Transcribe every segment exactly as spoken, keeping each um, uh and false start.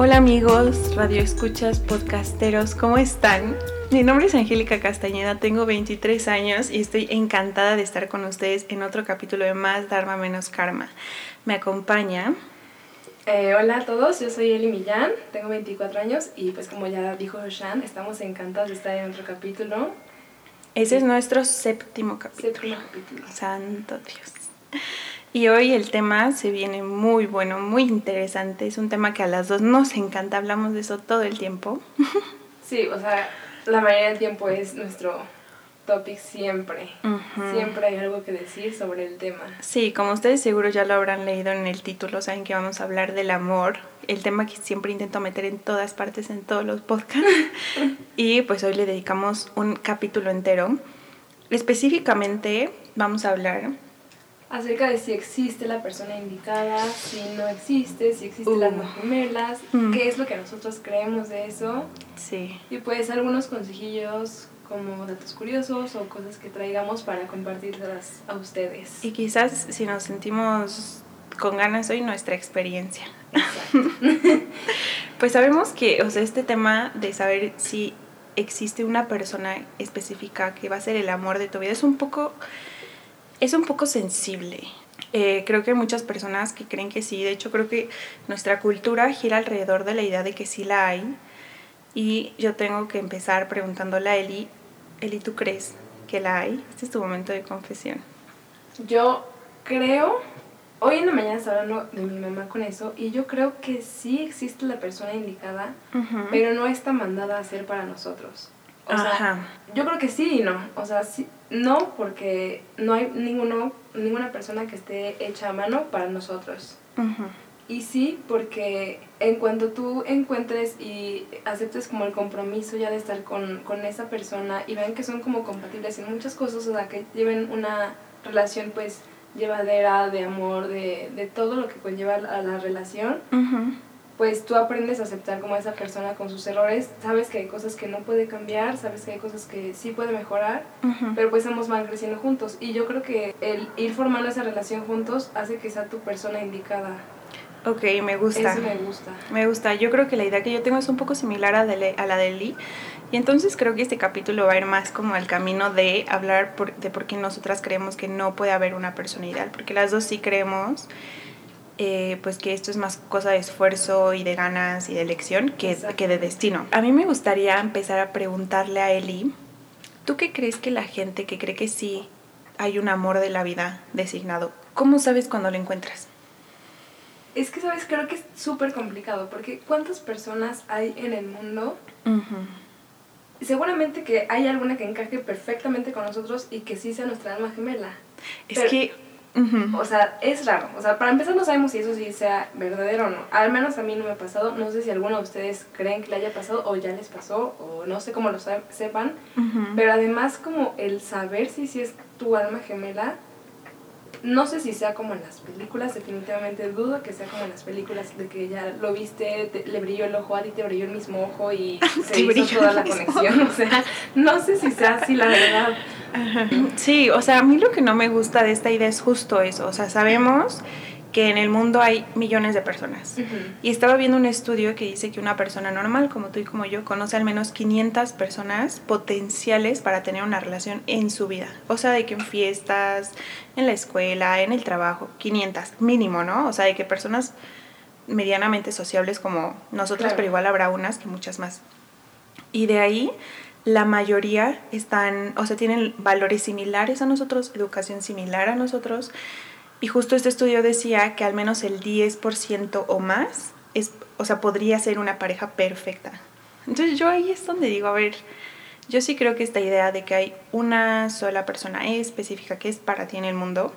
Hola amigos, radioescuchas, podcasteros, ¿cómo están? Mi nombre es Angélica Castañeda, tengo veintitrés años y estoy encantada de estar con ustedes en otro capítulo de Más Dharma Menos Karma. Me acompaña... Eh, hola a todos, yo soy Eli Millán, tengo veinticuatro años y pues como ya dijo Shan, estamos encantados de estar en otro capítulo. Ese es nuestro séptimo capítulo. Séptimo capítulo. Santo Dios. Y hoy el tema se viene muy bueno, muy interesante. Es un tema que a las dos nos encanta, hablamos de eso todo el tiempo. Sí, o sea, la mayoría del tiempo es nuestro topic siempre. Uh-huh. Siempre hay algo que decir sobre el tema. Sí, como ustedes seguro ya lo habrán leído en el título, saben que vamos a hablar del amor. El tema que siempre intento meter en todas partes, en todos los podcasts. Y pues hoy le dedicamos un capítulo entero. Específicamente vamos a hablar... acerca de si existe la persona indicada, si no existe, si existen uh. las almas gemelas, mm. qué es lo que nosotros creemos de eso. Sí. Y pues algunos consejillos como datos curiosos o cosas que traigamos para compartirlas a ustedes. Y quizás si nos sentimos con ganas hoy, nuestra experiencia. Exacto. Pues sabemos que, o sea, este tema de saber si existe una persona específica que va a ser el amor de tu vida es un poco... Es un poco sensible. Eh, creo que hay muchas personas que creen que sí. De hecho, creo que nuestra cultura gira alrededor de la idea de que sí la hay. Y yo tengo que empezar preguntándole a Eli, Eli, ¿tú crees que la hay? Este es tu momento de confesión. Yo creo, hoy en la mañana estaba hablando de mi mamá con eso, y yo creo que sí existe la persona indicada, uh-huh. pero no está mandada a ser para nosotros. O sea, Ajá. yo creo que sí y no. O sea, sí, no, porque no hay ninguno, ninguna persona que esté hecha a mano para nosotros. Uh-huh. Y sí, porque en cuanto tú encuentres y aceptes como el compromiso ya de estar con, con esa persona y vean que son como compatibles en muchas cosas, o sea, que lleven una relación pues llevadera, de amor, de, de todo lo que conlleva a la relación, uh-huh. pues tú aprendes a aceptar como a esa persona con sus errores, sabes que hay cosas que no puede cambiar, sabes que hay cosas que sí puede mejorar, uh-huh. pero pues ambos van creciendo juntos. Y yo creo que el ir formando esa relación juntos hace que sea tu persona indicada. Ok, me gusta. Eso me gusta. Me gusta. Yo creo que la idea que yo tengo es un poco similar a, de, a la de Lee. Y entonces creo que este capítulo va a ir más como al camino de hablar por, de por qué nosotras creemos que no puede haber una persona ideal. Porque las dos sí creemos... Eh, pues que esto es más cosa de esfuerzo y de ganas y de elección que, que de destino. A mí me gustaría empezar a preguntarle a Eli, ¿tú qué crees que la gente que cree que sí hay un amor de la vida designado, cómo sabes cuando lo encuentras? Es que, ¿sabes? Creo que es súper complicado, porque ¿cuántas personas hay en el mundo? Uh-huh. Seguramente que hay alguna que encaje perfectamente con nosotros y que sí sea nuestra alma gemela. Es Pero, que... Uh-huh. O sea, es raro. O sea, para empezar no sabemos si eso sí sea verdadero o no. Al menos a mí no me ha pasado. No sé si alguno de ustedes creen que le haya pasado o ya les pasó, o no sé cómo lo sepan. Uh-huh. Pero además como el saber si, si es tu alma gemela, no sé si sea como en las películas. Definitivamente dudo que sea como en las películas, de que ya lo viste, te, le brilló el ojo, a ti te brilló el mismo ojo y se hizo toda la conexión. O sea, no sé si sea así la verdad. Ajá. Sí, o sea, a mí lo que no me gusta de esta idea es justo eso. O sea, sabemos que en el mundo hay millones de personas. Uh-huh. Y estaba viendo un estudio que dice que una persona normal, como tú y como yo, conoce al menos quinientas personas potenciales para tener una relación en su vida. O sea, de que en fiestas, en la escuela, en el trabajo, quinientas mínimo, ¿no? O sea, de que personas medianamente sociables como nosotras, claro. Pero igual habrá unas que muchas más. Y de ahí... la mayoría están, o sea, tienen valores similares a nosotros, educación similar a nosotros, y justo este estudio decía que al menos el diez por ciento o más, es, o sea, podría ser una pareja perfecta. Entonces yo ahí es donde digo, a ver, yo sí creo que esta idea de que hay una sola persona específica que es para ti en el mundo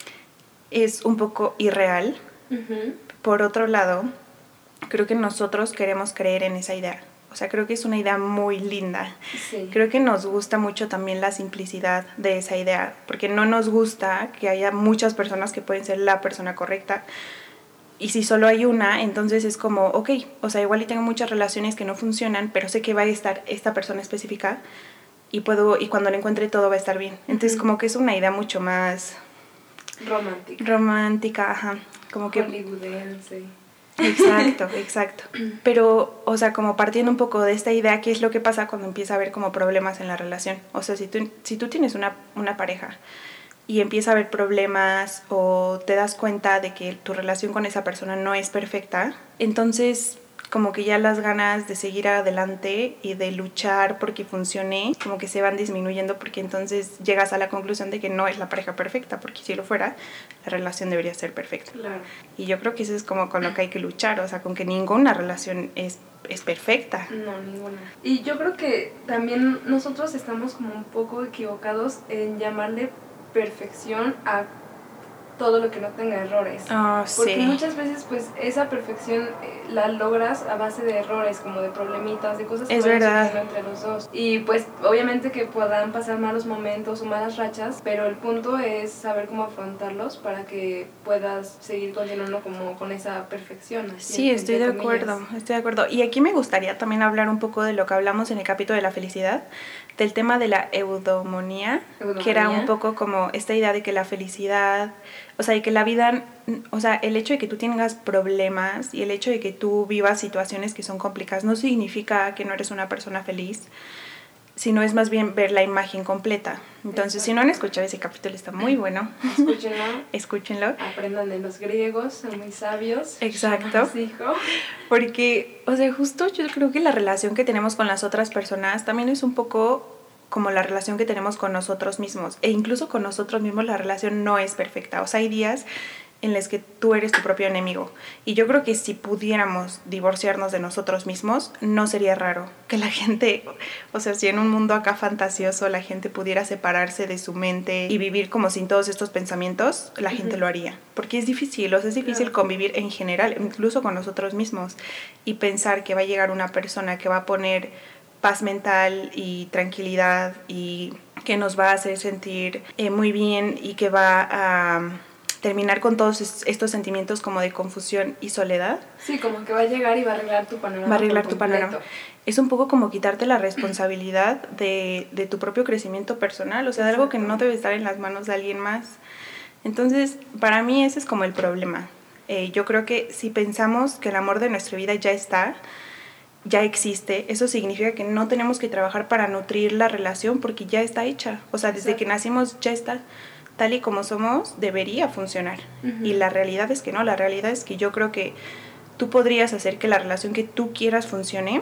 es un poco irreal. Uh-huh. Por otro lado, creo que nosotros queremos creer en esa idea. O sea, creo que es una idea muy linda. Sí. Creo que nos gusta mucho también la simplicidad de esa idea, porque no nos gusta que haya muchas personas que pueden ser la persona correcta. Y si solo hay una, entonces es como, ok, o sea, igual y tengo muchas relaciones que no funcionan, pero sé que va a estar esta persona específica y puedo y cuando la encuentre todo va a estar bien. Entonces, uh-huh. como que es una idea mucho más... romántica. Romántica, ajá. Como que... hollywoodense. Exacto, exacto. Pero, o sea, como partiendo un poco de esta idea, ¿qué es lo que pasa cuando empieza a haber como problemas en la relación? O sea, si tú, si tú tienes una, una pareja y empieza a haber problemas o te das cuenta de que tu relación con esa persona no es perfecta, entonces como que ya las ganas de seguir adelante y de luchar porque funcione, como que se van disminuyendo, porque entonces llegas a la conclusión de que no es la pareja perfecta, porque si lo fuera, la relación debería ser perfecta. Claro. Y yo creo que eso es como con lo que hay que luchar, o sea, con que ninguna relación es, es perfecta. No, ninguna. Y yo creo que también nosotros estamos como un poco equivocados en llamarle perfección a todo lo que no tenga errores. Oh, porque sí. muchas veces pues esa perfección eh, la logras a base de errores, como de problemitas, de cosas que Es van verdad. surgiendo entre los dos. Y pues obviamente que puedan pasar malos momentos o malas rachas, pero el punto es saber cómo afrontarlos para que puedas seguir continuando como con esa perfección. Así, Sí, estoy de entre comillas. acuerdo, estoy de acuerdo. Y aquí me gustaría también hablar un poco de lo que hablamos en el capítulo de la felicidad, del tema de la eudomonía, ¿Eudomonía? que era un poco como esta idea de que la felicidad, o sea, y que la vida, o sea, el hecho de que tú tengas problemas y el hecho de que tú vivas situaciones que son complicadas no significa que no eres una persona feliz, sino es más bien ver la imagen completa. Entonces, Exacto. si no han escuchado ese capítulo, está muy bueno. Escúchenlo. Escúchenlo. Aprendan de los griegos, son muy sabios. Exacto. Nos dijo. Porque, o sea, justo yo creo que la relación que tenemos con las otras personas también es un poco como la relación que tenemos con nosotros mismos. E incluso con nosotros mismos la relación no es perfecta. O sea, hay días en los que tú eres tu propio enemigo. Y yo creo que si pudiéramos divorciarnos de nosotros mismos, no sería raro que la gente, o sea, si en un mundo acá fantasioso la gente pudiera separarse de su mente y vivir como sin todos estos pensamientos, la gente uh-huh. lo haría. Porque es difícil, o sea, es difícil claro. convivir en general, incluso con nosotros mismos, y pensar que va a llegar una persona que va a poner paz mental y tranquilidad y que nos va a hacer sentir eh, muy bien y que va a terminar con todos estos sentimientos como de confusión y soledad. Sí, como que va a llegar y va a arreglar tu panorama. Va a arreglar tu panorama. Es un poco como quitarte la responsabilidad de, de tu propio crecimiento personal, o sea, de algo que no debe estar en las manos de alguien más. Entonces, para mí ese es como el problema. Eh, yo creo que si pensamos que el amor de nuestra vida ya está, ya existe, eso significa que no tenemos que trabajar para nutrir la relación porque ya está hecha. O sea, desde Exacto. que nacimos ya está. Tal y como somos, debería funcionar. Uh-huh. Y la realidad es que no, la realidad es que yo creo que tú podrías hacer que la relación que tú quieras funcione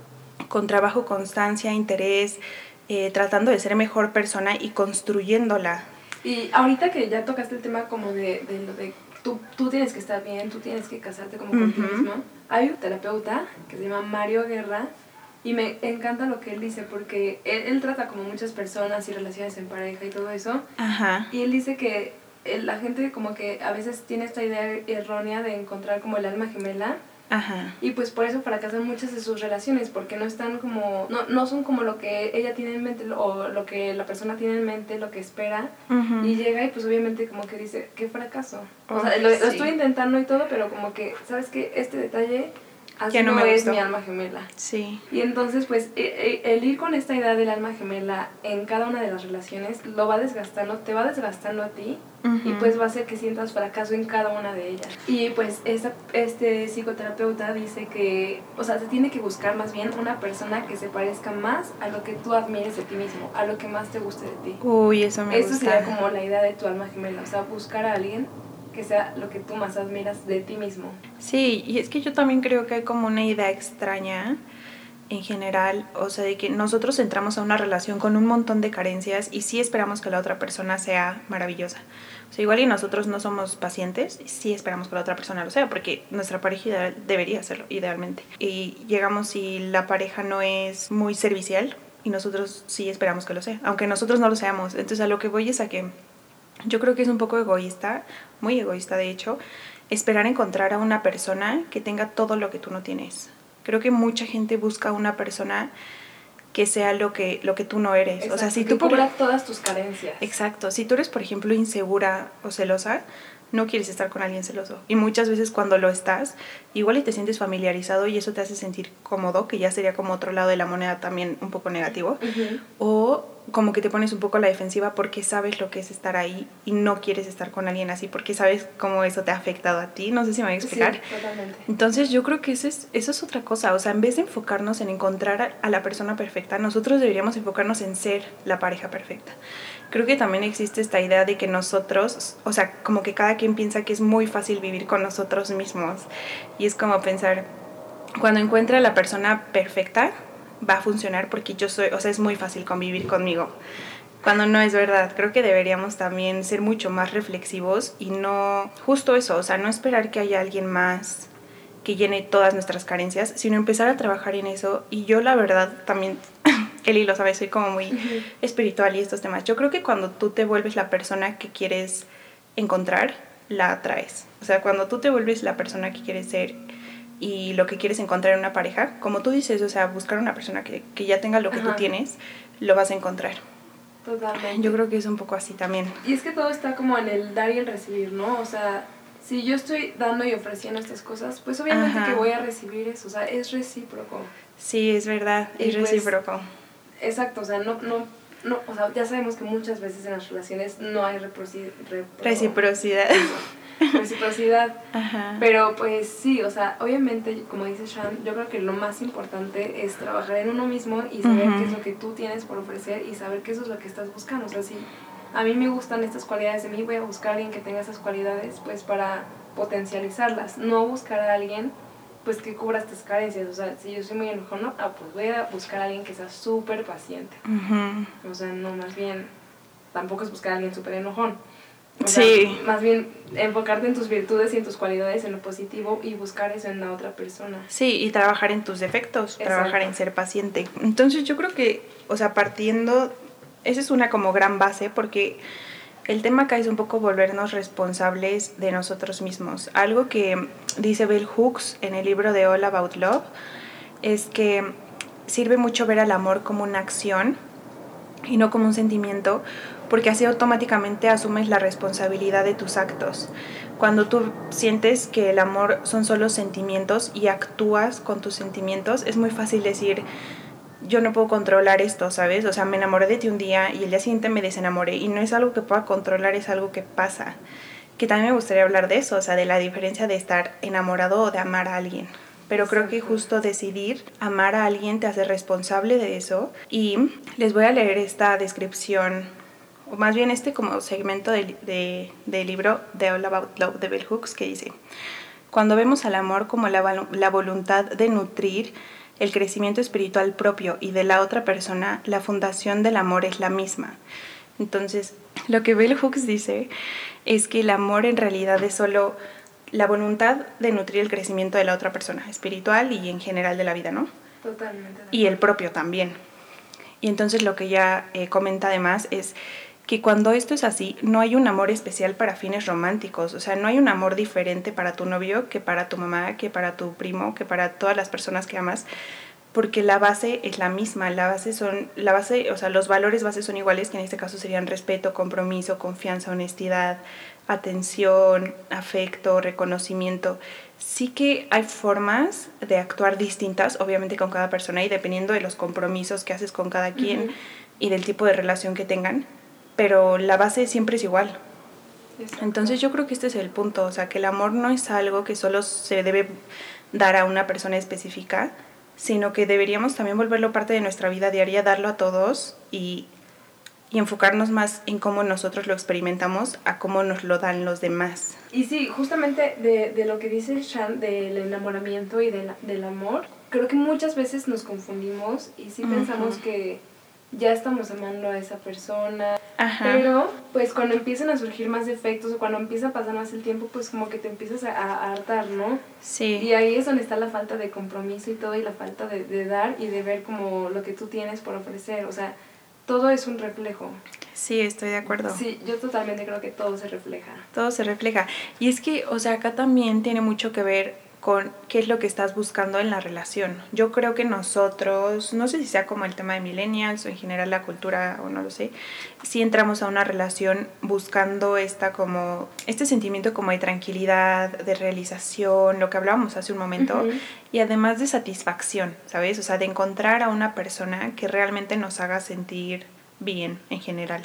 con trabajo, constancia, interés, eh, tratando de ser mejor persona y construyéndola. Y ahorita que ya tocaste el tema como de, de lo de tú, tú tienes que estar bien, tú tienes que casarte como uh-huh. con ti mismo, hay un terapeuta que se llama Mario Guerra. Y me encanta lo que él dice porque él, él trata como muchas personas y relaciones en pareja y todo eso. Ajá. Y él dice que él, la gente como que a veces tiene esta idea errónea de encontrar como el alma gemela. Ajá. Y pues por eso fracasan muchas de sus relaciones porque no están como, no, no son como lo que ella tiene en mente o lo que la persona tiene en mente, lo que espera. Uh-huh. Y llega y pues obviamente como que dice, qué fracaso. O oh, sea, lo, sí. lo estoy intentando y todo, pero como que, ¿sabes qué? Este detalle... Así no, no es mi alma gemela. Sí. Y entonces, pues, el ir con esta idea del alma gemela en cada una de las relaciones lo va desgastando, te va desgastando a ti uh-huh. y pues va a hacer que sientas fracaso en cada una de ellas. Y pues esta, este psicoterapeuta dice que, o sea, se tiene que buscar más bien una persona que se parezca más a lo que tú admires de ti mismo, a lo que más te guste de ti. Uy, eso me Eso gusta. sería como la idea de tu alma gemela, o sea, buscar a alguien que sea lo que tú más admiras de ti mismo. Sí, y es que yo también creo que hay como una idea extraña en general, o sea, de que nosotros entramos a una relación con un montón de carencias y sí esperamos que la otra persona sea maravillosa. O sea, igual y nosotros no somos pacientes, sí esperamos que la otra persona lo sea, porque nuestra pareja ideal debería serlo, idealmente. Y llegamos y la pareja no es muy servicial y nosotros sí esperamos que lo sea, aunque nosotros no lo seamos. Entonces a lo que voy es a que yo creo que es un poco egoísta, muy egoísta de hecho, esperar encontrar a una persona que tenga todo lo que tú no tienes. Creo que mucha gente busca a una persona que sea lo que, lo que tú no eres. Exacto, o sea, si que tú cubra todas tus carencias. Exacto. Si tú eres, por ejemplo, insegura o celosa, no quieres estar con alguien celoso. Y muchas veces cuando lo estás, igual y te sientes familiarizado y eso te hace sentir cómodo, que ya sería como otro lado de la moneda también un poco negativo. Uh-huh. O como que te pones un poco a la defensiva porque sabes lo que es estar ahí y no quieres estar con alguien así porque sabes cómo eso te ha afectado a ti. No sé si me voy a explicar. Sí, totalmente. Entonces yo creo que eso es, eso es otra cosa. O sea, en vez de enfocarnos en encontrar a, a la persona perfecta, nosotros deberíamos enfocarnos en ser la pareja perfecta. Creo que también existe esta idea de que nosotros, o sea, como que cada quien piensa que es muy fácil vivir con nosotros mismos. Y es como pensar, cuando encuentre a la persona perfecta, va a funcionar porque yo soy, o sea, es muy fácil convivir conmigo. Cuando no es verdad, creo que deberíamos también ser mucho más reflexivos y no, justo eso, o sea, no esperar que haya alguien más que llene todas nuestras carencias, sino empezar a trabajar en eso. Y yo la verdad también, Eli lo sabe, soy como muy uh-huh. espiritual y estos temas. Yo creo que cuando tú te vuelves la persona que quieres encontrar, la atraes. O sea, cuando tú te vuelves la persona que quieres ser y lo que quieres encontrar en una pareja, como tú dices, o sea, buscar una persona que, que ya tenga lo que uh-huh. tú tienes, lo vas a encontrar. Totalmente. Yo creo que es un poco así también. Y es que todo está como en el dar y el recibir, ¿no? O sea, si yo estoy dando y ofreciendo estas cosas, pues obviamente Ajá. que voy a recibir eso, o sea, es recíproco. Sí, es verdad, es pues, recíproco. Exacto, o sea, no, no, no, o sea, ya sabemos que muchas veces en las relaciones no hay reproci- repro- reciprocidad. Reciprocidad. Ajá. Pero pues sí, o sea, obviamente, como dice Shan, yo creo que lo más importante es trabajar en uno mismo y saber uh-huh. qué es lo que tú tienes por ofrecer y saber qué eso es lo que estás buscando. O sea, si a mí me gustan estas cualidades de mí, voy a buscar a alguien que tenga esas cualidades, pues para potencializarlas, no buscar a alguien pues que cubra estas carencias. O sea, si yo soy muy enojona, ah, pues voy a buscar a alguien que sea súper paciente. Uh-huh. O sea, no, más bien, tampoco es buscar a alguien súper enojón. O sí. sea, más bien enfocarte en tus virtudes y en tus cualidades, en lo positivo y buscar eso en la otra persona. Sí, y trabajar en tus defectos, Exacto. trabajar en ser paciente. Entonces yo creo que, o sea, partiendo, esa es una como gran base porque el tema acá es un poco volvernos responsables de nosotros mismos. Algo que dice Bell Hooks en el libro de All About Love es que sirve mucho ver al amor como una acción y no como un sentimiento, porque así automáticamente asumes la responsabilidad de tus actos. Cuando tú sientes que el amor son solo sentimientos y actúas con tus sentimientos, es muy fácil decir, yo no puedo controlar esto, ¿sabes? O sea, me enamoré de ti un día y el día siguiente me desenamoré y no es algo que pueda controlar, es algo que pasa. Que también me gustaría hablar de eso, o sea, de la diferencia de estar enamorado o de amar a alguien. Pero Exacto. creo que justo decidir amar a alguien te hace responsable de eso. Y les voy a leer esta descripción, o más bien este como segmento del de, de libro de All About Love de Bell Hooks, que dice: cuando vemos al amor como la, la voluntad de nutrir el crecimiento espiritual propio y de la otra persona, la fundación del amor es la misma. Entonces, lo que Bell Hooks dice es que el amor en realidad es solo la voluntad de nutrir el crecimiento de la otra persona, espiritual y en general de la vida, ¿no? Totalmente. Y el propio también. Y entonces lo que ella eh, comenta además es que cuando esto es así, no hay un amor especial para fines románticos. O sea, no hay un amor diferente para tu novio que para tu mamá, que para tu primo, que para todas las personas que amas, porque la base es la misma. La base son, la base, o sea, los valores bases son iguales, que en este caso serían respeto, compromiso, confianza, honestidad, atención, afecto, reconocimiento. Sí que hay formas de actuar distintas, obviamente con cada persona y dependiendo de los compromisos que haces con cada quien uh-huh. y del tipo de relación que tengan, pero la base siempre es igual. Exacto. Entonces yo creo que este es el punto, o sea, que el amor no es algo que solo se debe dar a una persona específica, sino que deberíamos también volverlo parte de nuestra vida diaria, darlo a todos y y enfocarnos más en cómo nosotros lo experimentamos a cómo nos lo dan los demás. Y sí, justamente de, de lo que dice Shan del enamoramiento y de la, del amor, creo que muchas veces nos confundimos y sí uh-huh. pensamos que ya estamos amando a esa persona, Ajá. pero pues cuando empiezan a surgir más defectos o cuando empieza a pasar más el tiempo, pues como que te empiezas a, a hartar, ¿no? Sí. Y ahí es donde está la falta de compromiso y todo y la falta de, de dar y de ver como lo que tú tienes por ofrecer, o sea, todo es un reflejo. Sí, estoy de acuerdo. Sí, yo totalmente creo que todo se refleja. Todo se refleja. Y es que, o sea, acá también tiene mucho que ver con qué es lo que estás buscando en la relación. Yo creo que nosotros, no sé si sea como el tema de millennials o en general la cultura o no lo sé, si entramos a una relación buscando esta como, este sentimiento como de tranquilidad, de realización, lo que hablábamos hace un momento, uh-huh. y además de satisfacción, ¿sabes? O sea, de encontrar a una persona que realmente nos haga sentir bien en general.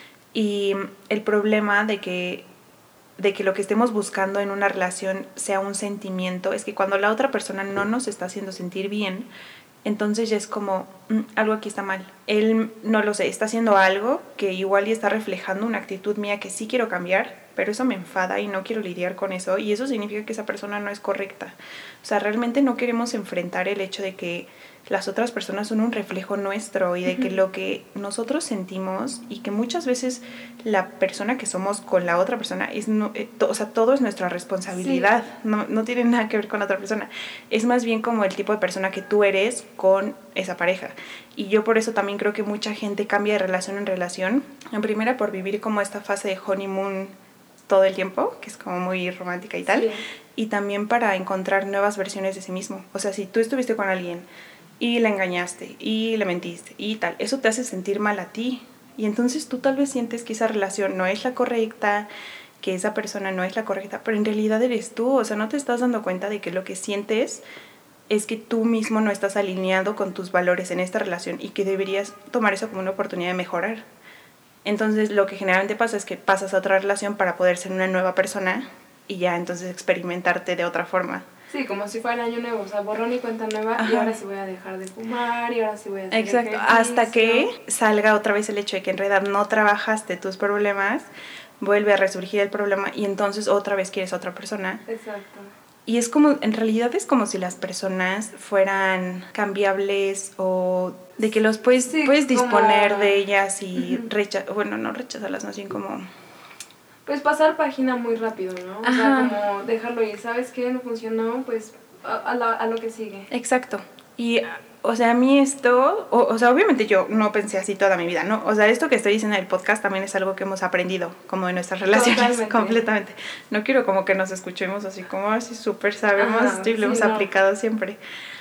Y el problema de que de que lo que estemos buscando en una relación sea un sentimiento, es que cuando la otra persona no nos está haciendo sentir bien, entonces ya es como, mmm, algo aquí está mal. Él, no lo sé, está haciendo algo que igual y está reflejando una actitud mía que sí quiero cambiar, pero eso me enfada y no quiero lidiar con eso, y eso significa que esa persona no es correcta. O sea, realmente no queremos enfrentar el hecho de que las otras personas son un reflejo nuestro y de que lo que nosotros sentimos y que muchas veces la persona que somos con la otra persona es, no, eh, to, o sea, todo es nuestra responsabilidad, sí. no, no tiene nada que ver con la otra persona. Es más bien como el tipo de persona que tú eres con esa pareja. Y yo por eso también creo que mucha gente cambia de relación en relación. En primera, por vivir como esta fase de honeymoon todo el tiempo, que es como muy romántica y tal. Sí. Y también para encontrar nuevas versiones de sí mismo. O sea, si tú estuviste con alguien y le engañaste y le mentiste y tal, eso te hace sentir mal a ti. Y entonces tú tal vez sientes que esa relación no es la correcta, que esa persona no es la correcta, pero en realidad eres tú. O sea, no te estás dando cuenta de que lo que sientes es que tú mismo no estás alineado con tus valores en esta relación y que deberías tomar eso como una oportunidad de mejorar. Entonces lo que generalmente pasa es que pasas a otra relación para poder ser una nueva persona y ya entonces experimentarte de otra forma. Sí, como si fuera el año nuevo, o sea, borrón y cuenta nueva. Ajá. Y ahora sí voy a dejar de fumar y ahora sí voy a hacer Exacto, ejercicio. Hasta que salga otra vez el hecho de que en realidad no trabajaste tus problemas, vuelve a resurgir el problema y entonces otra vez quieres a otra persona. Exacto. Y es como, en realidad es como si las personas fueran cambiables o de que los puedes, sí, puedes disponer como... de ellas y uh-huh. rechazar, bueno, no rechazarlas, más bien como... Pues pasar página muy rápido, ¿no? O Ajá. sea, como dejarlo ir, ¿sabes qué? No funcionó, pues a, a, la, a lo que sigue. Exacto. Y, o sea, a mí esto, o, o sea, obviamente yo no pensé así toda mi vida, ¿no? O sea, esto que estoy diciendo en el podcast también es algo que hemos aprendido, como de nuestras relaciones. Totalmente. Completamente. No quiero como que nos escuchemos así como así súper sabemos Ajá, y lo sí, hemos no. aplicado siempre.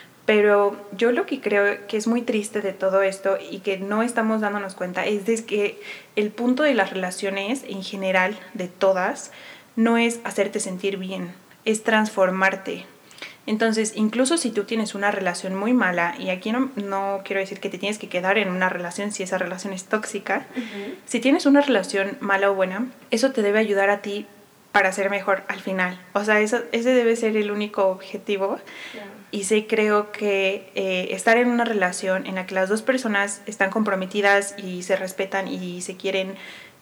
Pero yo lo que creo que es muy triste de todo esto y que no estamos dándonos cuenta es de que el punto de las relaciones en general, de todas, no es hacerte sentir bien, es transformarte. Entonces, incluso si tú tienes una relación muy mala, y aquí no, no quiero decir que te tienes que quedar en una relación si esa relación es tóxica, uh-huh. si tienes una relación mala o buena, eso te debe ayudar a ti para ser mejor al final. O sea, eso, ese debe ser el único objetivo. Yeah. Y sí creo que eh, estar en una relación en la que las dos personas están comprometidas y se respetan y se quieren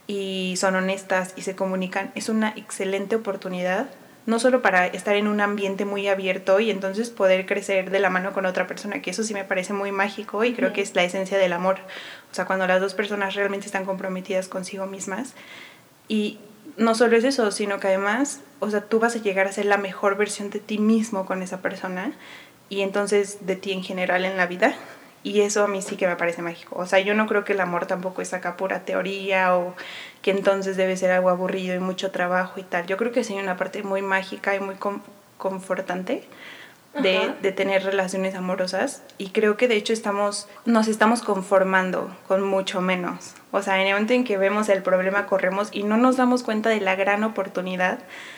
y son honestas y se comunican es una excelente oportunidad, no solo para estar en un ambiente muy abierto y entonces poder crecer de la mano con otra persona, que eso sí me parece muy mágico y creo que es la esencia del amor. O sea, cuando las dos personas realmente están comprometidas consigo mismas. Y no solo es eso, sino que además, o sea, tú vas a llegar a ser la mejor versión de ti mismo con esa persona y entonces de ti en general en la vida. Y eso a mí sí que me parece mágico. O sea, yo no creo que el amor tampoco es acá pura teoría o que entonces debe ser algo aburrido y mucho trabajo y tal. Yo creo que sí hay una parte muy mágica y muy con- confortante de, de tener relaciones amorosas. Y creo que de hecho estamos, nos estamos conformando con mucho menos. O sea, en el momento en que vemos el problema corremos y no nos damos cuenta de la gran oportunidad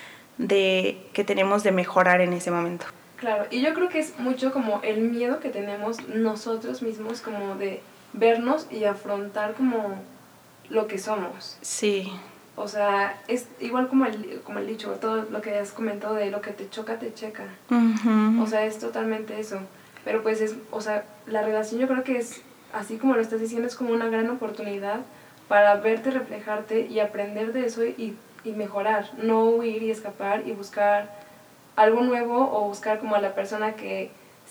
de, que tenemos de mejorar en ese momento. Claro, y yo creo que es mucho como el miedo que tenemos nosotros mismos como de vernos y afrontar como lo que somos. Sí. O sea, es igual como el, como el dicho, todo lo que has comentado de lo que te choca, te checa. Uh-huh. O sea, es totalmente eso. Pero pues es, o sea, la relación yo creo que es, así como lo estás diciendo, es como una gran oportunidad para verte, reflejarte y aprender de eso y, y mejorar. No huir y escapar y buscar algo nuevo o buscar como a la persona que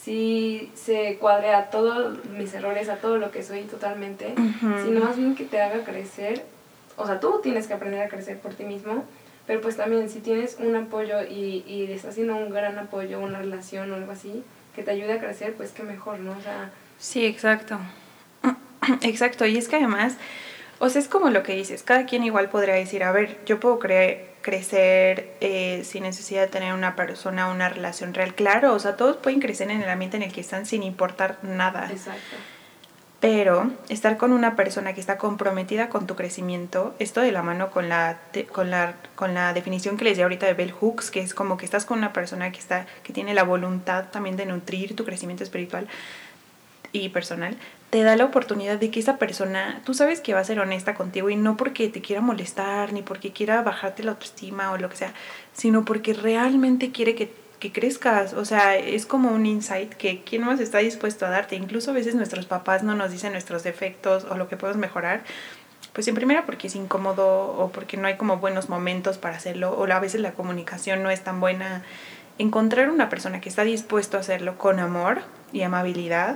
sí se cuadre a todos mis errores, a todo lo que soy totalmente, uh-huh. sino más bien que te haga crecer. O sea, tú tienes que aprender a crecer por ti mismo, pero pues también si tienes un apoyo y, y estás haciendo un gran apoyo, una relación o algo así, que te ayude a crecer, pues qué mejor, ¿no? O sea... Sí, exacto. Exacto, y es que además... O sea, es como lo que dices, cada quien igual podría decir, a ver, yo puedo cre- crecer eh, sin necesidad de tener una persona, una relación real. Claro, o sea, todos pueden crecer en el ambiente en el que están sin importar nada. Exacto. Pero estar con una persona que está comprometida con tu crecimiento, esto de la mano con la, te, con la, con la definición que les di ahorita de Bell Hooks, que es como que estás con una persona que, está, que tiene la voluntad también de nutrir tu crecimiento espiritual y personal, te da la oportunidad de que esa persona, tú sabes que va a ser honesta contigo y no porque te quiera molestar, ni porque quiera bajarte la autoestima o lo que sea, sino porque realmente quiere que, que crezcas. O sea, es como un insight que quién más está dispuesto a darte. Incluso a veces nuestros papás no nos dicen nuestros defectos o lo que podemos mejorar, pues en primera porque es incómodo o porque no hay como buenos momentos para hacerlo, o a veces la comunicación no es tan buena. Encontrar una persona que está dispuesto a hacerlo con amor y amabilidad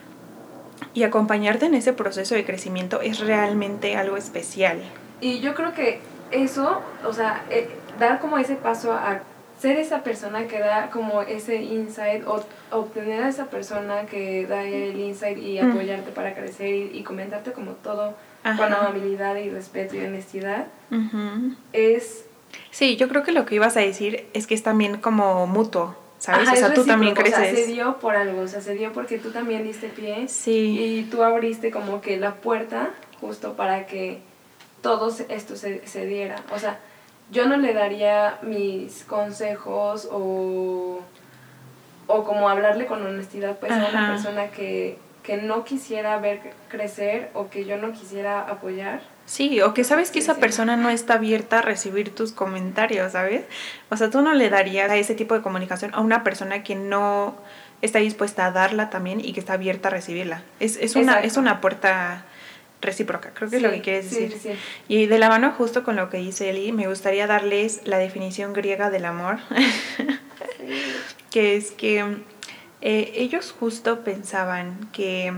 y acompañarte en ese proceso de crecimiento es realmente algo especial. Y yo creo que eso, o sea, eh, dar como ese paso a ser esa persona que da como ese insight, o obtener a esa persona que da el insight y apoyarte mm. para crecer y, y comentarte como todo Ajá. con amabilidad y respeto y honestidad, uh-huh. es... Sí, yo creo que lo que ibas a decir es que es también como mutuo, ¿sabes? Ajá, o sea, tú también creces. O sea, se dio por algo, o sea, se dio porque tú también diste pie. Sí. Y tú abriste como que la puerta justo para que todo esto se, se diera. O sea, yo no le daría mis consejos o, o como hablarle con honestidad pues Ajá. a una persona que, que no quisiera ver crecer o que yo no quisiera apoyar. Sí, o que sabes que esa persona no está abierta a recibir tus comentarios, ¿sabes? O sea, tú no le darías a ese tipo de comunicación a una persona que no está dispuesta a darla también y que está abierta a recibirla. Es, es, una, es una puerta recíproca, creo que sí, es lo que quieres decir. Sí, sí. Y de la mano justo con lo que dice Eli, me gustaría darles la definición griega del amor, sí. que es que eh, ellos justo pensaban que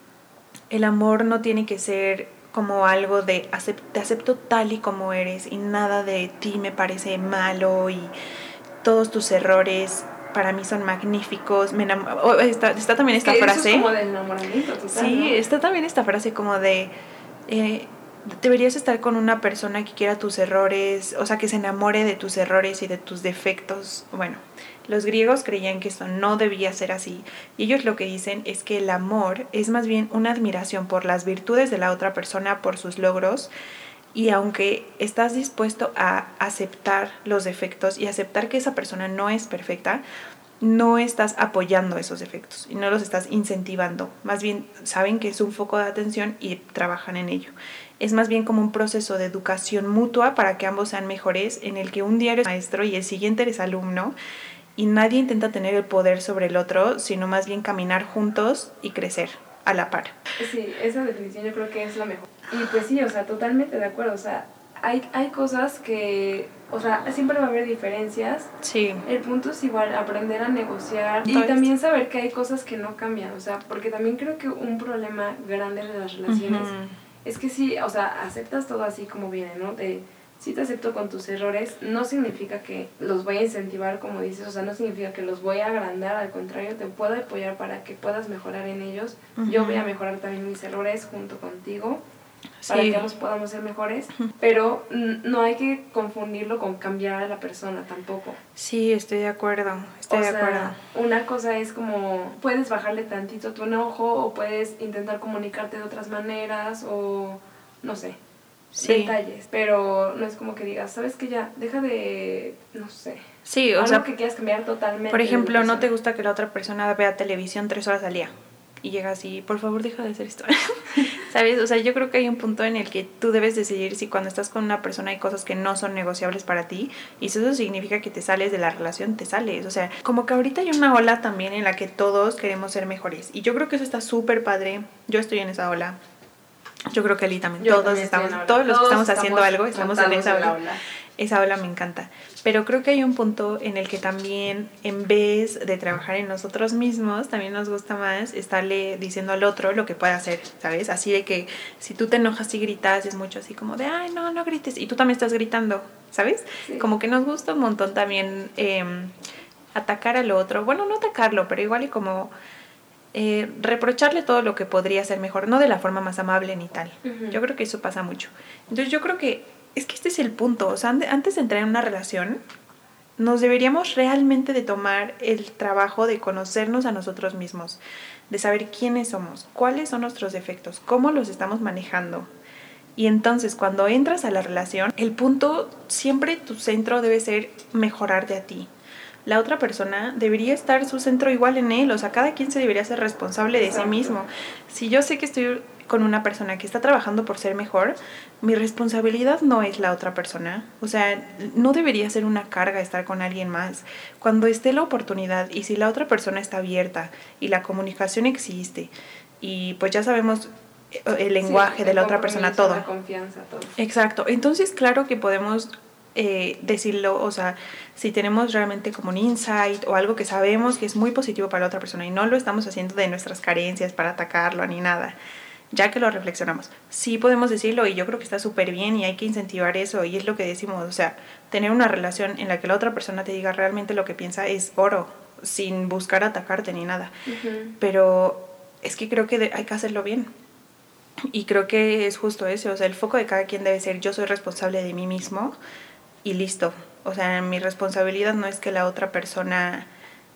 el amor no tiene que ser como algo de acept, te acepto tal y como eres y nada de ti me parece malo y todos tus errores para mí son magníficos. Me enam- oh, está, está también esta es que frase. Eso es como del enamoramiento total, Sí, ¿no? Está también esta frase como de eh, deberías estar con una persona que quiera tus errores, o sea, que se enamore de tus errores y de tus defectos. Bueno, los griegos creían que esto no debía ser así, y ellos lo que dicen es que el amor es más bien una admiración por las virtudes de la otra persona, por sus logros, y aunque estás dispuesto a aceptar los defectos y aceptar que esa persona no es perfecta, no estás apoyando esos defectos y no los estás incentivando. Más bien saben que es un foco de atención y trabajan en ello. Es más bien como un proceso de educación mutua para que ambos sean mejores, en el que un día eres maestro y el siguiente eres alumno, y nadie intenta tener el poder sobre el otro, sino más bien caminar juntos y crecer a la par. Sí, esa definición yo creo que es la mejor. Y pues sí, o sea, totalmente de acuerdo. O sea, hay, hay cosas que, o sea, siempre va a haber diferencias. Sí. El punto es igual aprender a negociar y Entonces, también saber que hay cosas que no cambian. O sea, porque también creo que un problema grande de las relaciones uh-huh. es que sí, o sea, aceptas todo así como viene, ¿no? De, sí te acepto con tus errores, no significa que los voy a incentivar, como dices, o sea, no significa que los voy a agrandar, al contrario, te puedo apoyar para que puedas mejorar en ellos. Uh-huh. Yo voy a mejorar también mis errores junto contigo, sí. para que ambos podamos ser mejores, uh-huh. pero n- no hay que confundirlo con cambiar a la persona tampoco. Sí, estoy de acuerdo, estoy o de sea, acuerdo. Una cosa es como, puedes bajarle tantito tu enojo, o puedes intentar comunicarte de otras maneras, o no sé. Sí. Detalles, pero no es como que digas, ¿sabes qué? Ya, deja de, no sé. Sí, o algo sea, que quieras cambiar totalmente. Por ejemplo, no te gusta que la otra persona vea televisión tres horas al día y llega así, por favor, deja de hacer esto. ¿Sabes? O sea, yo creo que hay un punto en el que tú debes decidir si cuando estás con una persona hay cosas que no son negociables para ti, y si eso significa que te sales de la relación, te sales. O sea, como que ahorita hay una ola también en la que todos queremos ser mejores, y yo creo que eso está súper padre. Yo estoy en esa ola. Yo creo que Eli también. Yo todos también estamos, todos, todos los que estamos, estamos haciendo algo, estamos en esa ola. ola. Esa ola me encanta. Pero creo que hay un punto en el que también, en vez de trabajar en nosotros mismos, también nos gusta más estarle diciendo al otro lo que puede hacer, ¿sabes? Así de que si tú te enojas y gritas, es mucho así como de, ay, no, no grites. Y tú también estás gritando, ¿sabes? Sí. Como que nos gusta un montón también eh, atacar al otro. Bueno, no atacarlo, pero igual y como eh, reprocharle todo lo que podría ser mejor, no de la forma más amable ni tal. Uh-huh. Yo creo que eso pasa mucho. Entonces yo creo que es que este es el punto. O sea, antes de entrar en una relación, nos deberíamos realmente de tomar el trabajo de conocernos a nosotros mismos, de saber quiénes somos, cuáles son nuestros defectos, cómo los estamos manejando. Y entonces cuando entras a la relación, el punto, siempre tu centro debe ser mejorarte a ti. La otra persona debería estar su centro igual en él, o sea, cada quien se debería ser responsable de Exacto. sí mismo. Si yo sé que estoy con una persona que está trabajando por ser mejor, mi responsabilidad no es la otra persona. O sea, no debería ser una carga estar con alguien más. Cuando esté la oportunidad y si la otra persona está abierta y la comunicación existe y pues ya sabemos el lenguaje sí, de la otra persona, todo. La confianza, todo. Exacto. Entonces, claro que podemos eh, decirlo, o sea, si tenemos realmente como un insight o algo que sabemos que es muy positivo para la otra persona y no lo estamos haciendo de nuestras carencias para atacarlo ni nada, ya que lo reflexionamos, sí podemos decirlo y yo creo que está súper bien y hay que incentivar eso y es lo que decimos, o sea, tener una relación en la que la otra persona te diga realmente lo que piensa es oro, sin buscar atacarte ni nada. Uh-huh. Pero es que creo que de, hay que hacerlo bien. Y creo que es justo eso, o sea, el foco de cada quien debe ser yo soy responsable de mí mismo y listo. O sea, mi responsabilidad no es que la otra persona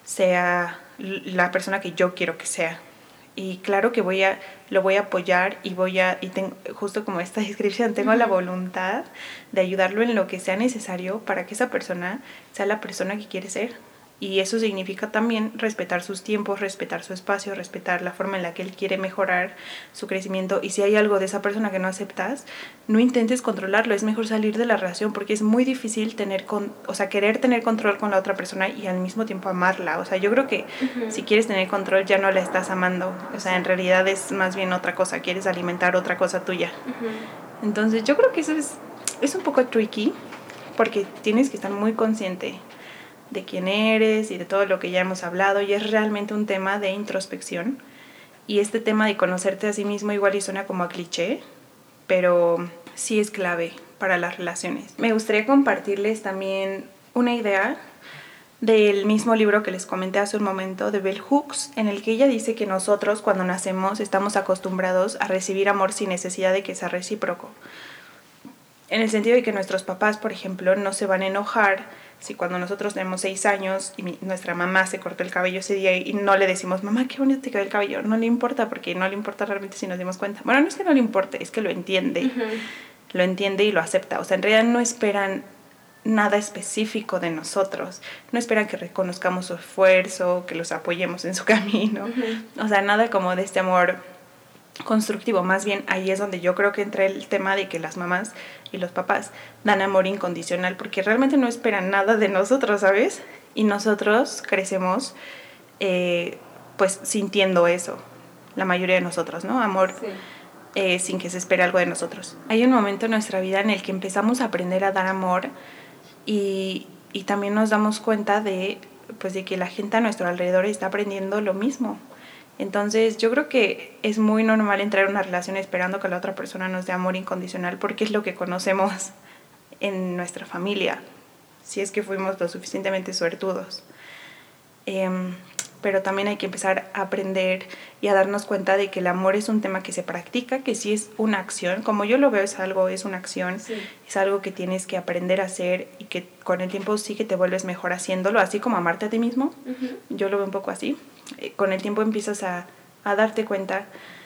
sea la persona que yo quiero que sea. Y claro que voy a, lo voy a apoyar y voy a, y tengo, justo como esta descripción, tengo uh-huh. la voluntad de ayudarlo en lo que sea necesario para que esa persona sea la persona que quiere ser. Y eso significa también respetar sus tiempos, respetar su espacio, respetar la forma en la que él quiere mejorar su crecimiento. Y si hay algo de esa persona que no aceptas, no intentes controlarlo. Es mejor salir de la relación porque es muy difícil tener con, o sea, querer tener control con la otra persona y al mismo tiempo amarla. O sea, yo creo que uh-huh. si quieres tener control ya no la estás amando. O sea, en realidad es más bien otra cosa. Quieres alimentar otra cosa tuya. Uh-huh. Entonces yo creo que eso es, es un poco tricky porque tienes que estar muy consciente de quién eres y de todo lo que ya hemos hablado y es realmente un tema de introspección y este tema de conocerte a sí mismo igual y suena como a cliché, pero sí es clave para las relaciones. Me gustaría compartirles también una idea del mismo libro que les comenté hace un momento de Bell Hooks, en el que ella dice que nosotros cuando nacemos estamos acostumbrados a recibir amor sin necesidad de que sea recíproco. En el sentido de que nuestros papás, por ejemplo, no se van a enojar si cuando nosotros tenemos seis años y mi, nuestra mamá se cortó el cabello ese día y no le decimos, mamá, qué bonito te quedó el cabello, no le importa porque no le importa realmente si nos dimos cuenta. Bueno, no es que no le importe, es que lo entiende, uh-huh. lo entiende y lo acepta. O sea, en realidad no esperan nada específico de nosotros, no esperan que reconozcamos su esfuerzo, que los apoyemos en su camino, uh-huh. o sea, nada como de este amor constructivo. Más bien ahí es donde yo creo que entra el tema de que las mamás y los papás dan amor incondicional porque realmente no esperan nada de nosotros, ¿sabes? Y nosotros crecemos eh, pues sintiendo eso, la mayoría de nosotros, ¿no? Amor sí. eh, sin que se espere algo de nosotros. Hay un momento en nuestra vida en el que empezamos a aprender a dar amor y, y también nos damos cuenta de, pues, de que la gente a nuestro alrededor está aprendiendo lo mismo. Entonces yo creo que es muy normal entrar en una relación esperando que la otra persona nos dé amor incondicional porque es lo que conocemos en nuestra familia, si es que fuimos lo suficientemente suertudos. Eh, pero también hay que empezar a aprender y a darnos cuenta de que el amor es un tema que se practica, que sí es una acción, como yo lo veo es algo, es una acción, sí. es algo que tienes que aprender a hacer y que con el tiempo sí que te vuelves mejor haciéndolo, así como amarte a ti mismo, uh-huh. yo lo veo un poco así. Con el tiempo empiezas a, a darte cuenta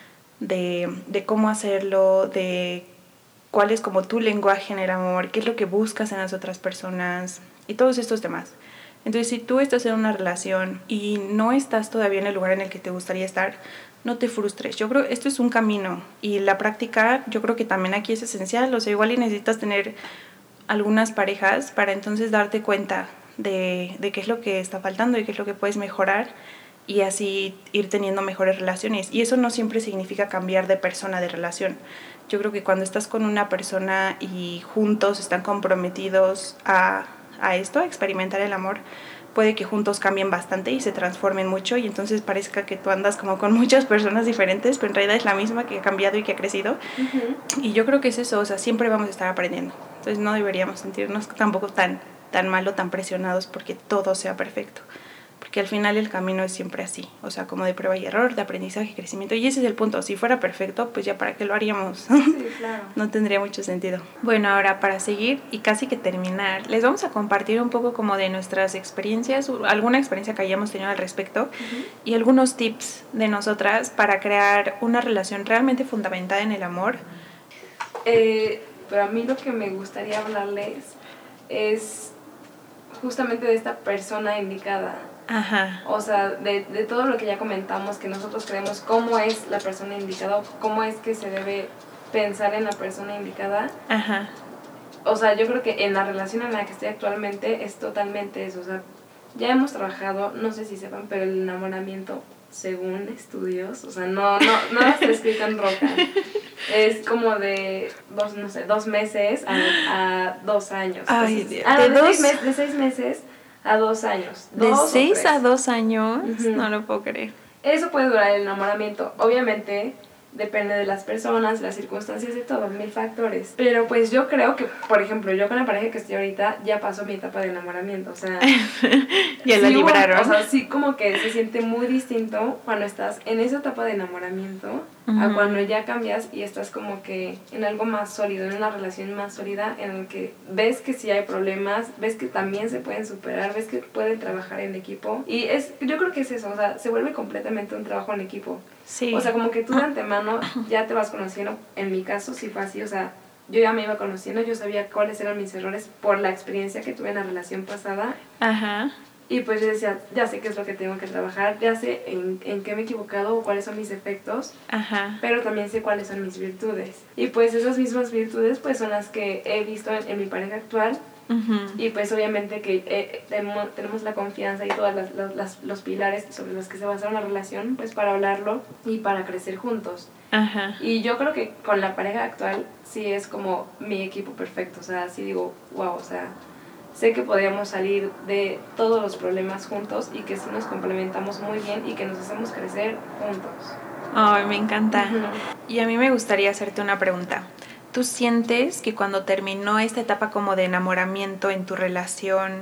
de, de cómo hacerlo, de cuál es como tu lenguaje en el amor, qué es lo que buscas en las otras personas y todos estos temas. Entonces, si tú estás en una relación y no estás todavía en el lugar en el que te gustaría estar, no te frustres. Yo creo que esto es un camino y la práctica yo creo que también aquí es esencial. O sea, igual y necesitas tener algunas parejas para entonces darte cuenta de, de qué es lo que está faltando y qué es lo que puedes mejorar y así ir teniendo mejores relaciones. Y eso no siempre significa cambiar de persona, de relación. Yo creo que cuando estás con una persona y juntos están comprometidos a, a esto, a experimentar el amor, puede que juntos cambien bastante y se transformen mucho y entonces parezca que tú andas como con muchas personas diferentes, pero en realidad es la misma que ha cambiado y que ha crecido. Uh-huh. Y yo creo que es eso, o sea, siempre vamos a estar aprendiendo. Entonces no deberíamos sentirnos tampoco tan, tan mal o tan presionados porque todo sea perfecto. porque al final el camino es siempre así, o sea, como de prueba y error, de aprendizaje, crecimiento, y ese es el punto. Si fuera perfecto, pues ya para qué lo haríamos. Sí, claro. No tendría mucho sentido. Bueno, ahora para seguir y casi que terminar, les vamos a compartir un poco como de nuestras experiencias, alguna experiencia que hayamos tenido al respecto, uh-huh. y algunos tips de nosotras para crear una relación realmente fundamentada en el amor. Eh, pero a mí lo que me gustaría hablarles es justamente de esta persona indicada. Ajá. O sea, de, de todo lo que ya comentamos, que nosotros creemos cómo es la persona indicada, cómo es que se debe pensar en la persona indicada. Ajá. O sea, yo creo que en la relación en la que estoy actualmente es totalmente eso. O sea, ya hemos trabajado, no sé si sepan, pero el enamoramiento, según estudios, o sea, no, no, no está escrito en roca. Es como de dos, no sé, dos meses a, a dos años. Ay, Entonces, Dios. Ah, no, ¿De, de, dos? seis mes, de seis meses a dos años. ¿De dos seis a dos años? Uh-huh. No lo puedo creer. Eso puede durar el enamoramiento. Obviamente depende de las personas, las circunstancias, de todo, mil factores. Pero pues yo creo que, por ejemplo, yo con la pareja que estoy ahorita ya pasó mi etapa de enamoramiento, o sea... ya sí la libraron. Hubo, o sea, sí como que se siente muy distinto cuando estás en esa etapa de enamoramiento uh-huh. a cuando ya cambias y estás como que en algo más sólido, en una relación más sólida en el que ves que sí hay problemas, ves que también se pueden superar, ves que pueden trabajar en equipo. Y es yo creo que es eso, o sea, se vuelve completamente un trabajo en equipo. Sí. O sea, como que tú de antemano ya te vas conociendo. En mi caso sí fue así, o sea, yo ya me iba conociendo, yo sabía cuáles eran mis errores por la experiencia que tuve en la relación pasada. Ajá. Y pues yo decía, ya sé qué es lo que tengo que trabajar, ya sé en, en qué me he equivocado o cuáles son mis defectos. Ajá. Pero también sé cuáles son mis virtudes. Y pues esas mismas virtudes pues son las que he visto en, en mi pareja actual. Uh-huh. Y pues obviamente que eh, tenemos, tenemos la confianza y todos las, las, las, los pilares sobre los que se basa una relación pues para hablarlo y para crecer juntos. Ajá. Y yo creo que con la pareja actual sí es como mi equipo perfecto, o sea, sí digo, wow, o sea, sé que podríamos salir de todos los problemas juntos y que sí nos complementamos muy bien y que nos hacemos crecer juntos. Ay, me encanta. Uh-huh. Y a mí me gustaría hacerte una pregunta. ¿Tú sientes que cuando terminó esta etapa como de enamoramiento en tu relación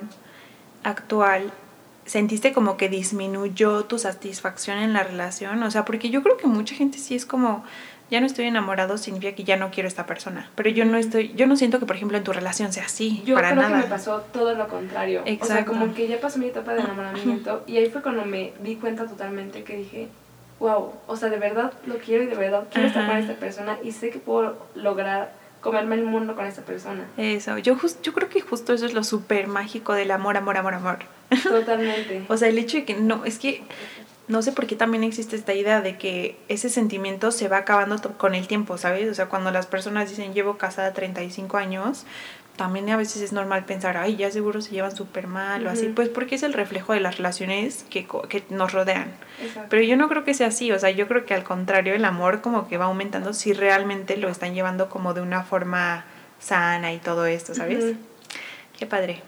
actual, sentiste como que disminuyó tu satisfacción en la relación? O sea, porque yo creo que mucha gente sí es como, ya no estoy enamorado, significa que ya no quiero a esta persona. Pero yo no estoy, yo no siento que, por ejemplo, en tu relación sea así, yo para creo nada. que me pasó todo lo contrario. Exacto. O sea, como que ya pasó mi etapa de enamoramiento y ahí fue cuando me di cuenta totalmente que dije, wow, o sea, de verdad lo quiero y de verdad quiero Ajá. estar con esta persona y sé que puedo lograr comerme el mundo con esta persona. Eso, yo, just, yo creo que justo eso es lo súper mágico del amor, amor, amor, amor. Totalmente. O sea, el hecho de que no, es que no sé por qué también existe esta idea de que ese sentimiento se va acabando con el tiempo, ¿sabes? O sea, cuando las personas dicen llevo casada treinta y cinco años, también a veces es normal pensar, ay, ya seguro se llevan súper mal uh-huh. o así, pues porque es el reflejo de las relaciones que, que nos rodean. Exacto. Pero yo no creo que sea así, o sea, yo creo que al contrario, el amor como que va aumentando si realmente lo están llevando como de una forma sana y todo esto, ¿sabes? Uh-huh. Qué padre.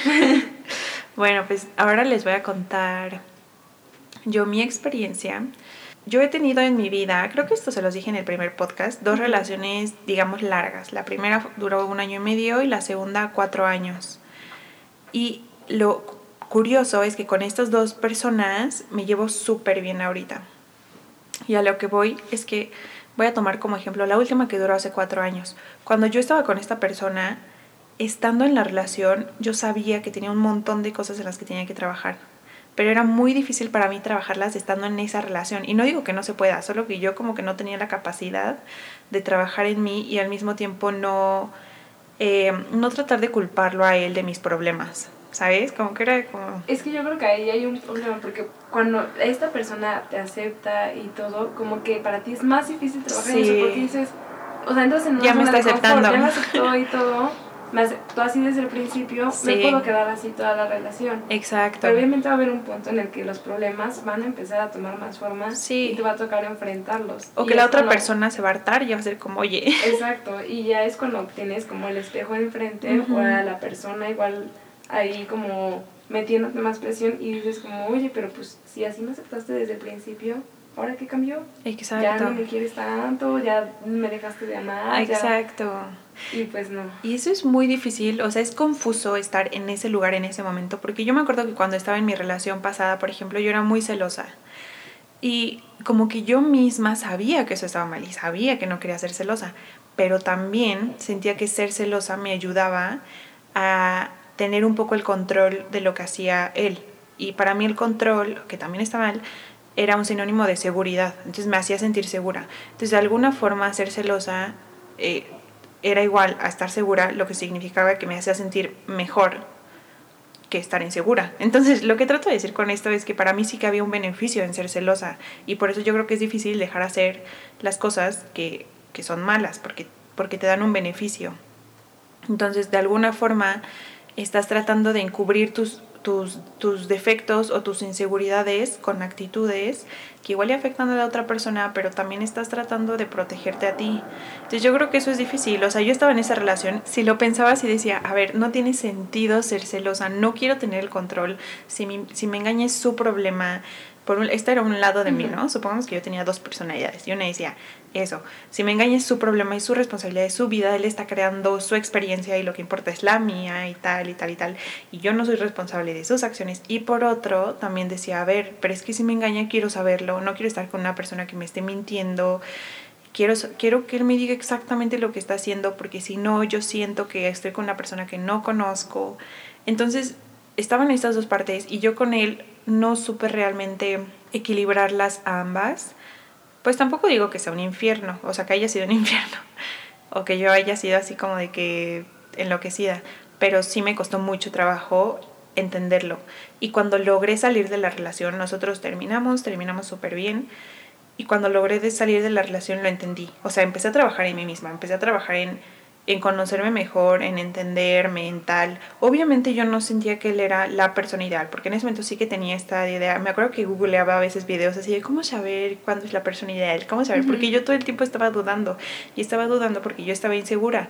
Bueno, pues ahora les voy a contar yo mi experiencia. Yo he tenido en mi vida, creo que esto se los dije en el primer podcast, dos uh-huh. relaciones, digamos, largas. La primera duró un año y medio y la segunda cuatro años. Y lo curioso es que con estas dos personas me llevo súper bien ahorita. Y a lo que voy es que voy a tomar como ejemplo la última que duró hace cuatro años. Cuando yo estaba con esta persona, estando en la relación, yo sabía que tenía un montón de cosas en las que tenía que trabajar. Pero era muy difícil para mí trabajarlas estando en esa relación. Y no digo que no se pueda, solo que yo como que no tenía la capacidad de trabajar en mí y al mismo tiempo no, eh, no tratar de culparlo a él de mis problemas, ¿sabes? Como que era como... Es que yo creo que ahí hay un problema, porque cuando esta persona te acepta y todo, como que para ti es más difícil trabajar sí. en eso, porque dices, o sea, entonces en una ya me está aceptando. Confort, ya me aceptó y todo... me aceptó así desde el principio, sí. me puedo quedar así toda la relación. Exacto. Pero obviamente va a haber un punto en el que los problemas van a empezar a tomar más forma sí. y te va a tocar enfrentarlos. O y que la otra cuando... persona se va a hartar y va a ser como, oye. Exacto, y ya es cuando tienes como el espejo enfrente uh-huh. o a la persona igual ahí como metiéndote más presión y dices como, oye, pero pues si así me aceptaste desde el principio, ¿ahora qué cambió? Exacto. Ya no me quieres tanto, ya me dejaste de amar. Exacto. Ya... Y pues no. Y eso es muy difícil, o sea, es confuso estar en ese lugar en ese momento, porque yo me acuerdo que cuando estaba en mi relación pasada, por ejemplo, yo era muy celosa. Y como que yo misma sabía que eso estaba mal y sabía que no quería ser celosa, pero también sentía que ser celosa me ayudaba a tener un poco el control de lo que hacía él. Y para mí el control, que también está mal, era un sinónimo de seguridad, entonces me hacía sentir segura. Entonces de alguna forma ser celosa eh, era igual a estar segura, lo que significaba que me hacía sentir mejor que estar insegura. Entonces lo que trato de decir con esto es que para mí sí que había un beneficio en ser celosa, y por eso yo creo que es difícil dejar hacer las cosas que, que son malas, porque, porque te dan un beneficio. Entonces de alguna forma estás tratando de encubrir tus, tus, tus defectos o tus inseguridades con actitudes que igual le afectan a la otra persona, pero también estás tratando de protegerte a ti. Entonces yo creo que eso es difícil. O sea, yo estaba en esa relación, si lo pensabas y decía, a ver, no tiene sentido ser celosa, no quiero tener el control, si, mi, si me engaña es su problema. Por un, este era un lado de uh-huh. mí, ¿no? Supongamos que yo tenía dos personalidades y una decía, eso, si me engaña es su problema, es su responsabilidad, es su vida, él está creando su experiencia y lo que importa es la mía y tal y tal y tal, y yo no soy responsable de sus acciones. Y por otro, también decía, a ver, pero es que si me engaña quiero saberlo, no quiero estar con una persona que me esté mintiendo, quiero, quiero que él me diga exactamente lo que está haciendo, porque si no, yo siento que estoy con una persona que no conozco. Entonces, estaban estas dos partes y yo con él no supe realmente equilibrarlas a ambas. Pues tampoco digo que sea un infierno, o sea, que haya sido un infierno, o que yo haya sido así como de que enloquecida, pero sí me costó mucho trabajo entenderlo. Y cuando logré salir de la relación, nosotros terminamos, terminamos súper bien, y cuando logré salir de la relación lo entendí. O sea, empecé a trabajar en mí misma, empecé a trabajar en, en conocerme mejor, en entenderme, en tal. Obviamente yo no sentía que él era la persona ideal, porque en ese momento sí que tenía esta idea. Me acuerdo que googleaba a veces videos así de cómo saber cuándo es la persona ideal, cómo saber, uh-huh. porque yo todo el tiempo estaba dudando, y estaba dudando porque yo estaba insegura.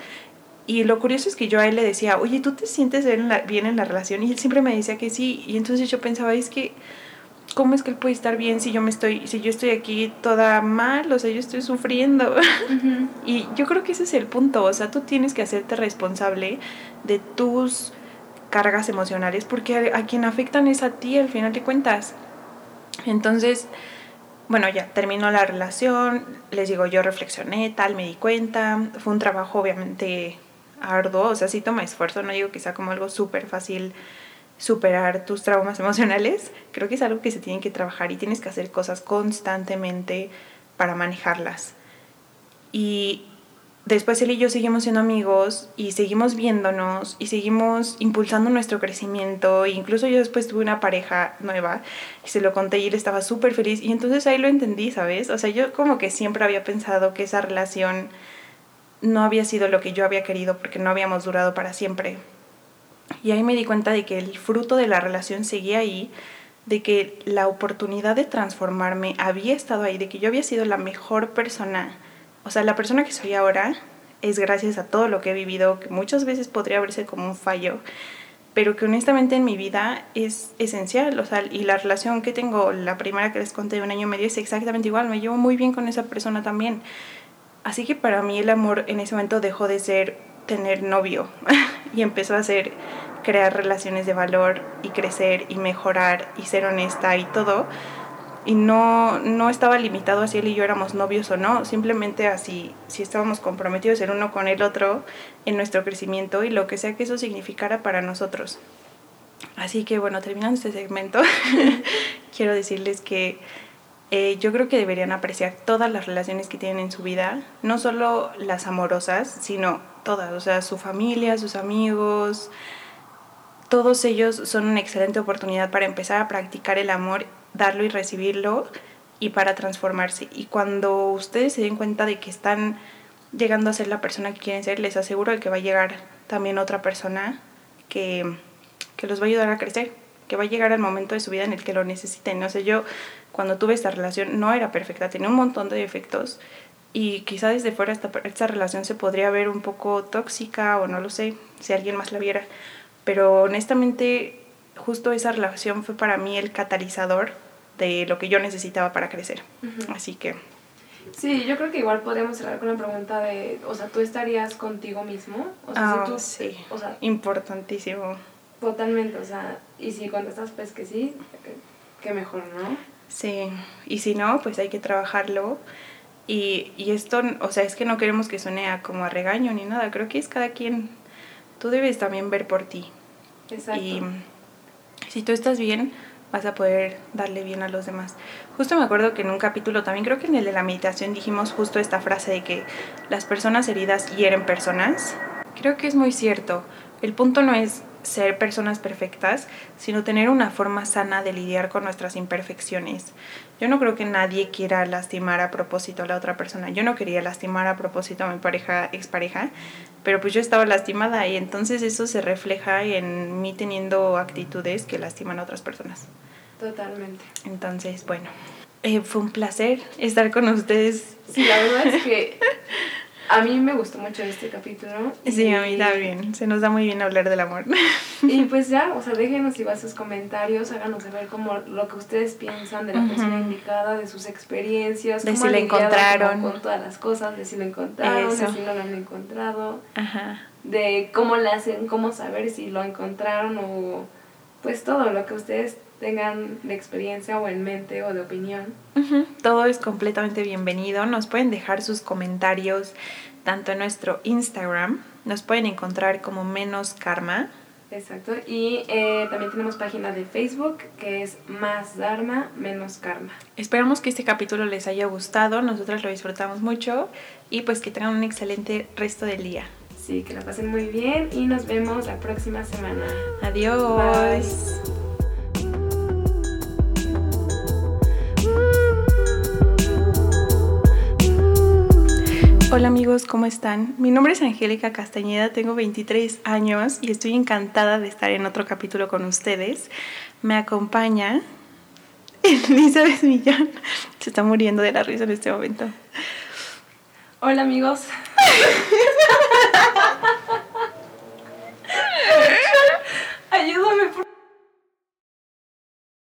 Y lo curioso es que yo a él le decía, oye, ¿tú te sientes bien en la, bien en la relación? Y él siempre me decía que sí, y entonces yo pensaba, es que ¿cómo es que él puede estar bien si yo me estoy, si yo estoy aquí toda mal? O sea, yo estoy sufriendo. Uh-huh. Y yo creo que ese es el punto. O sea, tú tienes que hacerte responsable de tus cargas emocionales, porque a, a quien afectan es a ti al final de cuentas. Entonces, bueno, ya terminó la relación. Les digo, yo reflexioné, tal, me di cuenta. Fue un trabajo obviamente arduo. O sea, sí toma esfuerzo. No digo que sea como algo súper fácil superar tus traumas emocionales. Creo que es algo que se tiene que trabajar y tienes que hacer cosas constantemente para manejarlas. Y después él y yo seguimos siendo amigos y seguimos viéndonos y seguimos impulsando nuestro crecimiento. E incluso yo después tuve una pareja nueva y se lo conté y él estaba súper feliz, y entonces ahí lo entendí, ¿sabes? O sea, yo como que siempre había pensado que esa relación no había sido lo que yo había querido, porque no habíamos durado para siempre. Y ahí me di cuenta de que el fruto de la relación seguía ahí, de que la oportunidad de transformarme había estado ahí, de que yo había sido la mejor persona. O sea, la persona que soy ahora es gracias a todo lo que he vivido, que muchas veces podría verse como un fallo, pero que honestamente en mi vida es esencial. O sea, y la relación que tengo, la primera que les conté de un año y medio, es exactamente igual. Me llevo muy bien con esa persona también. Así que para mí el amor en ese momento dejó de ser tener novio y empezó a ser crear relaciones de valor y crecer y mejorar y ser honesta y todo. Y no, no estaba limitado a si él y yo éramos novios o no, simplemente así, si estábamos comprometidos el uno con el otro en nuestro crecimiento y lo que sea que eso significara para nosotros. Así que bueno, terminando este segmento, quiero decirles que Eh, yo creo que deberían apreciar todas las relaciones que tienen en su vida, no solo las amorosas, sino todas, o sea, su familia, sus amigos, todos ellos son una excelente oportunidad para empezar a practicar el amor, darlo y recibirlo, y para transformarse. Y cuando ustedes se den cuenta de que están llegando a ser la persona que quieren ser, les aseguro que va a llegar también otra persona que, que los va a ayudar a crecer, que va a llegar al momento de su vida en el que lo necesiten. O sea, yo cuando tuve esta relación no era perfecta, tenía un montón de defectos, y quizá desde fuera esta, esta relación se podría ver un poco tóxica, o no lo sé, si alguien más la viera, pero honestamente justo esa relación fue para mí el catalizador de lo que yo necesitaba para crecer. Uh-huh. Así que Sí, yo creo que igual podríamos cerrar con la pregunta de, o sea, ¿tú estarías contigo mismo? O sea, oh, si tú, sí, o sea, importantísimo. Totalmente, o sea, y si contestas pues que sí, que mejor, ¿no? Sí, y si no, pues hay que trabajarlo. Y, y esto, o sea, es que no queremos que suene a como a regaño ni nada, creo que es cada quien, tú debes también ver por ti. Exacto. Y si tú estás bien, vas a poder darle bien a los demás. Justo me acuerdo que en un capítulo, también creo que en el de la meditación, dijimos justo esta frase de que las personas heridas hieren personas. Creo que es muy cierto. El punto no es ser personas perfectas, sino tener una forma sana de lidiar con nuestras imperfecciones. Yo no creo que nadie quiera lastimar a propósito a la otra persona. Yo no quería lastimar a propósito a mi pareja, expareja, pero pues yo estaba lastimada y entonces eso se refleja en mí teniendo actitudes que lastiman a otras personas. Totalmente. Entonces, bueno, eh, fue un placer estar con ustedes. Sí, la verdad es que a mí me gustó mucho este capítulo. Sí, y... a mí también. Se nos da muy bien hablar del amor. Y pues ya, o sea, déjenos igual sus comentarios, háganos saber como lo que ustedes piensan de la uh-huh. persona indicada, de sus experiencias, de si lo encontraron, con todas las cosas, de si lo encontraron, Eso. de si no lo han encontrado, Ajá. de cómo le hacen, cómo saber si lo encontraron o pues todo lo que ustedes tengan de experiencia o en mente o de opinión. Uh-huh. Todo es completamente bienvenido. Nos pueden dejar sus comentarios tanto en nuestro Instagram, nos pueden encontrar como Menos Karma. Exacto, y eh, también tenemos página de Facebook que es Más Dharma, Menos Karma. Esperamos que este capítulo les haya gustado, nosotros lo disfrutamos mucho y pues que tengan un excelente resto del día. Sí, que la pasen muy bien y nos vemos la próxima semana. Adiós. Bye. Hola amigos, ¿cómo están? Mi nombre es Angélica Castañeda, tengo veintitrés años y estoy encantada de estar en otro capítulo con ustedes. Me acompaña Elizabeth Millán, se está muriendo de la risa en este momento. Hola amigos.